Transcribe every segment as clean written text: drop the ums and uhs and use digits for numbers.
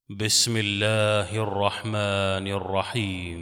بسم الله الرحمن الرحيم.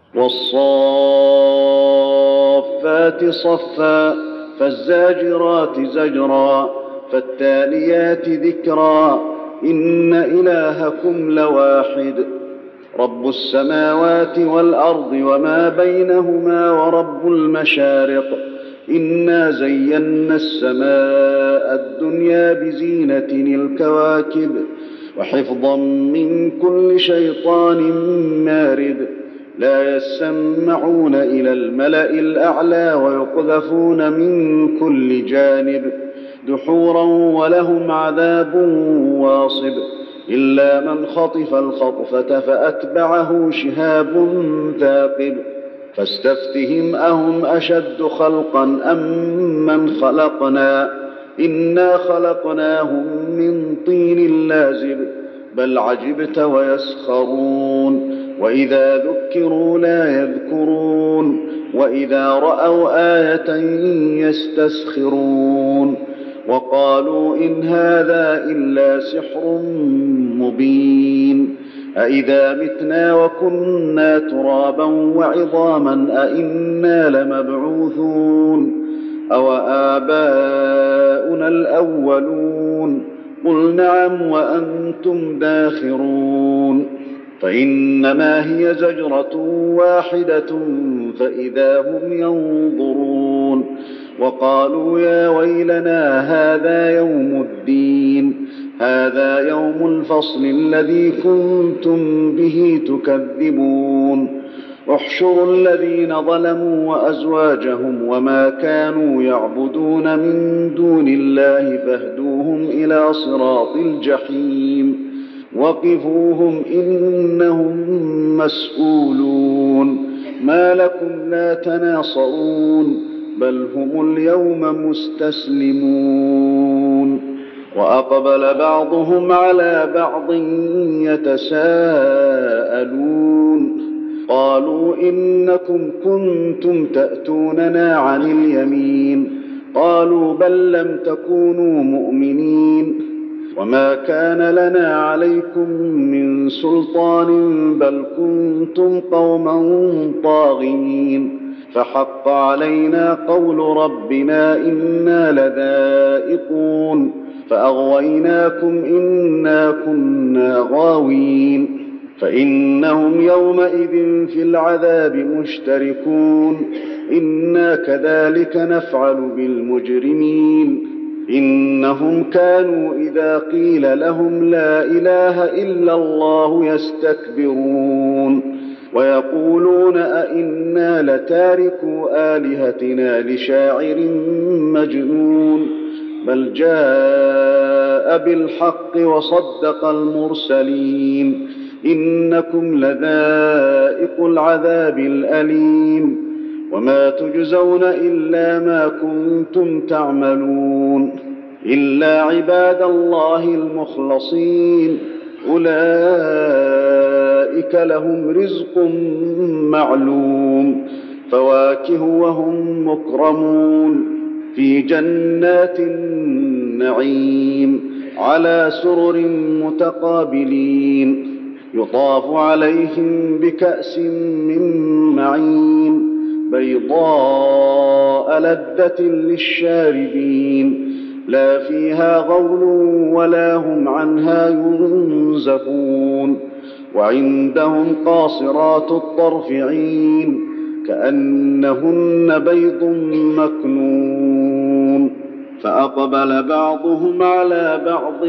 والصافات صفا فالزاجرات زجرا فالتاليات ذكرا إن إلهكم لواحد رب السماوات والأرض وما بينهما ورب المشارق إنا زينا السماء الدنيا بزينة الكواكب وحفظا من كل شيطان مارد لا يسمعون إلى الملأ الأعلى ويقذفون من كل جانب دحورا ولهم عذاب واصب إلا من خطف الخطفة فأتبعه شهاب ثاقب فاستفتهم أهم أشد خلقا أم من خلقنا إنا خلقناهم من طين لازب بل عجبت ويسخرون وإذا ذكروا لا يذكرون وإذا رأوا آية يستسخرون وقالوا إن هذا إلا سحر مبين أإذا متنا وكنا ترابا وعظاما أإنا لمبعوثون أوآباؤنا الأولون قل نعم وأنتم داخرون فإنما هي زجرة واحدة فإذا هم ينظرون وقالوا يا ويلنا هذا يوم الدين هذا يوم الفصل الذي كنتم به تكذبون احشروا الذين ظلموا وأزواجهم وما كانوا يعبدون من دون الله فاهدوهم إلى صراط الجحيم وقفوهم إنهم مسؤولون ما لكم لا تناصرون بل هم اليوم مستسلمون وأقبل بعضهم على بعض يتساءلون قالوا إنكم كنتم تأتوننا عن اليمين قالوا بل لم تكونوا مؤمنين وما كان لنا عليكم من سلطان بل كنتم قوما طاغين فحق علينا قول ربنا إنا لذائقون فأغويناكم إنا كنا غاوين فإنهم يومئذ في العذاب مشتركون إنا كذلك نفعل بالمجرمين إنهم كانوا إذا قيل لهم لا إله إلا الله يستكبرون ويقولون أئنا لتاركو آلهتنا لشاعر مجنون بل جاء بالحق وصدق المرسلين إنكم لذائقو العذاب الأليم وما تجزون إلا ما كنتم تعملون إلا عباد الله المخلصين أولئك لهم رزق معلوم فواكه وهم مكرمون في جنات النعيم على سرر متقابلين يطاف عليهم بكأس من معين بيضاء لذة للشاربين لا فيها غول ولا هم عنها ينزفون وعندهم قاصرات الطرف عين كأنهن بيض مكنون فأقبل بعضهم على بعض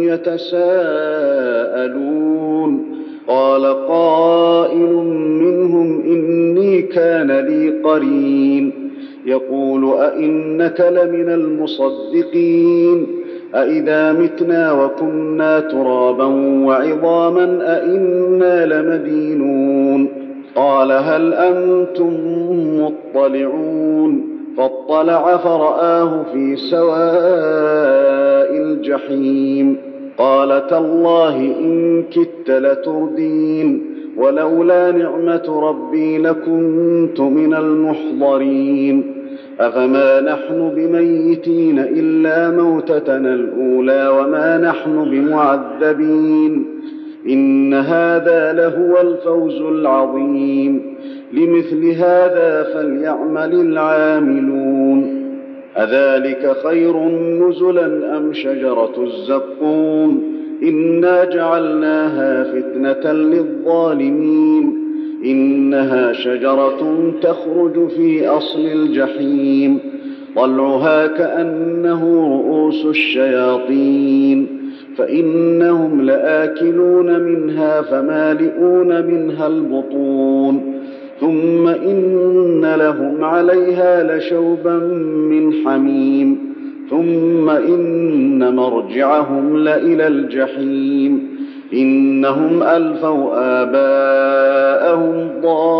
يتساءلون قال قائل منهم إني كان لي قرين يقول أئنك لمن المصدقين أئذا متنا وكنا ترابا وعظاما أئنا لمدينون قال هل أنتم مطلعون فاطلع فرآه في سواء الجحيم قال تالله إن كدت لتردين ولولا نعمة ربي لكنت من المحضرين أفما نحن بميتين إلا موتتنا الأولى وما نحن بمعذبين إن هذا لهو الفوز العظيم لمثل هذا فليعمل العاملون أذلك خير نزلا أم شجرة الزقوم إنا جعلناها فتنة للظالمين إنها شجرة تخرج في أصل الجحيم طلعها كأنه رؤوس الشياطين فإنهم لآكلون منها فمالئون منها البطون ثم إن لهم عليها لشوبا من حميم ثم إن مرجعهم لإلى الجحيم إنهم ألفوا آباءهم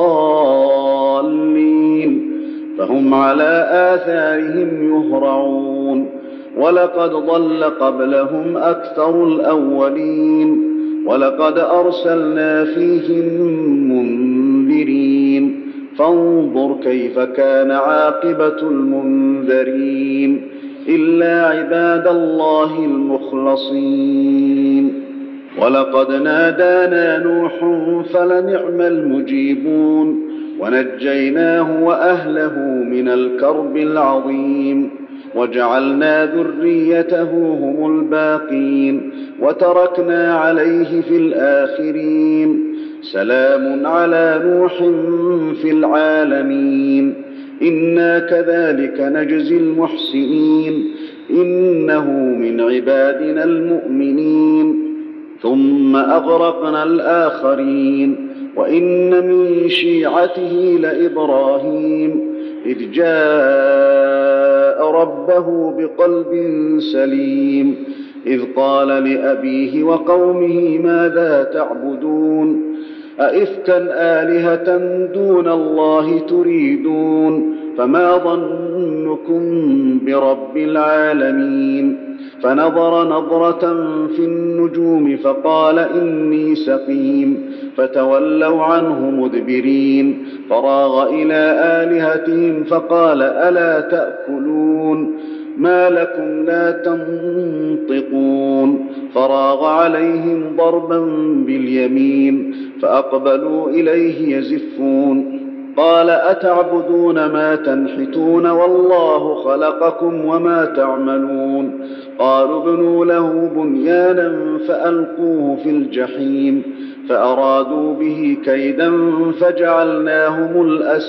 ضالين فهم على آثارهم يهرعون ولقد ضل قبلهم أكثر الأولين ولقد أرسلنا فيهم منذرين فانظر كيف كان عاقبة المنذرين إلا عباد الله المخلصين ولقد نادانا نوح فلنعم المجيبون ونجيناه وأهله من الكرب العظيم وجعلنا ذريته هم الباقين وتركنا عليه في الآخرين سلام على نوح في العالمين إنا كذلك نجزي المحسنين إنه من عبادنا المؤمنين ثم أغرقنا الآخرين وإن من شيعته لإبراهيم إذ جاء ربه بقلب سليم إذ قال لأبيه وقومه ماذا تعبدون أئفكا آلهة دون الله تريدون فما ظنكم برب العالمين فنظر نظرة في النجوم فقال إني سقيم فتولوا عنه مدبرين فراغ إلى آلهتهم فقال ألا تأكلون ما لكم لا تنطقون فراغ عليهم ضربا باليمين فأقبلوا إليه يزفون قال أتعبدون ما تنحتون والله خلقكم وما تعملون قالوا ابنوا له بنيانا فألقوه في الجحيم فأرادوا به كيدا فجعلناهم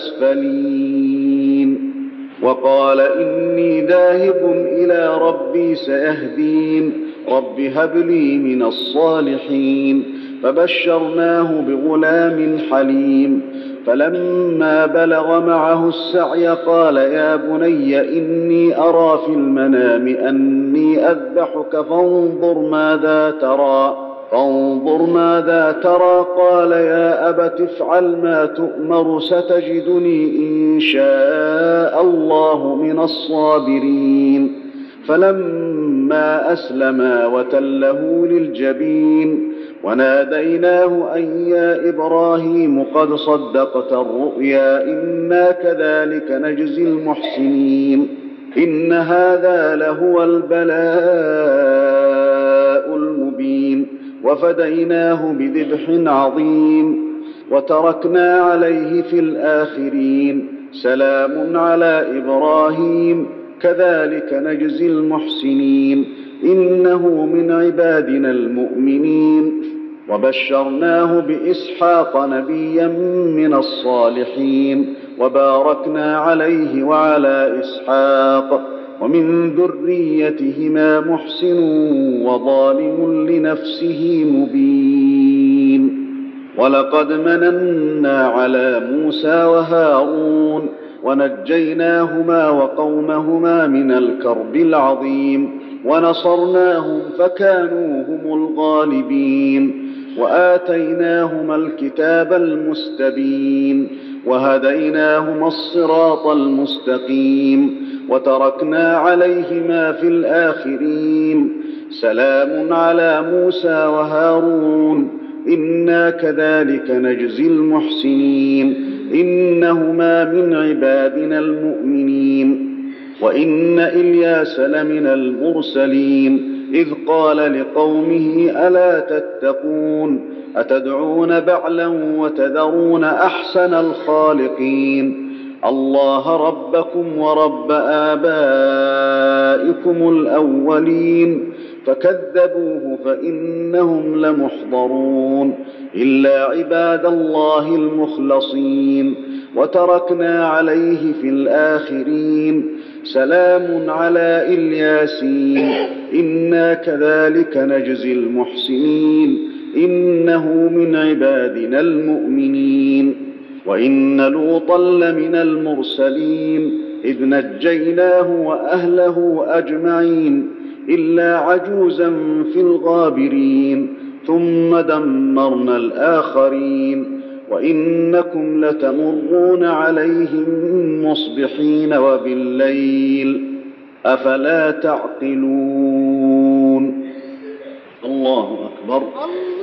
الأسفلين وقال إني ذاهب إلى ربي سيهدين رب هب لي من الصالحين فبشرناه بغلام حليم فلما بلغ معه السعي قال يا بني إني أرى في المنام أني أذبحك فانظر ماذا ترى قال يا أبت افعل ما تؤمر ستجدني إن شاء الله من الصابرين فلما أسلما وتله للجبين وناديناه أن يا إبراهيم قد صدقت الرؤيا إنا كذلك نجزي المحسنين إن هذا لهو البلاء المبين وفديناه بذبح عظيم وتركنا عليه في الآخرين سلام على إبراهيم كذلك نجزي المحسنين إنه من عبادنا المؤمنين وبشرناه بإسحاق نبيا من الصالحين وباركنا عليه وعلى إسحاق ومن ذريتهما محسن وظالم لنفسه مبين ولقد مننا على موسى وهارون ونجيناهما وقومهما من الكرب العظيم ونصرناهم فكانوا هم الغالبين وآتيناهما الكتاب المستبين وهديناهما الصراط المستقيم وتركنا عليهما في الآخرين سلام على موسى وهارون إنا كذلك نجزي المحسنين إنهما من عبادنا المؤمنين وإن إلياس لمن المرسلين إذ قال لقومه ألا تتقون أتدعون بعلا وتذرون أحسن الخالقين الله ربكم ورب آبائكم الأولين فكذبوه فإنهم لمحضرون إلا عباد الله المخلصين وتركنا عليه في الآخرين سلام على الياسين إنا كذلك نجزي المحسنين إنه من عبادنا المؤمنين وإن لوطا لمن المرسلين إذ نجيناه وأهله أجمعين إلا عجوزا في الغابرين ثم دمرنا الآخرين وإنكم لتمرون عليهم مصبحين وبالليل أفلا تعقلون الله أكبر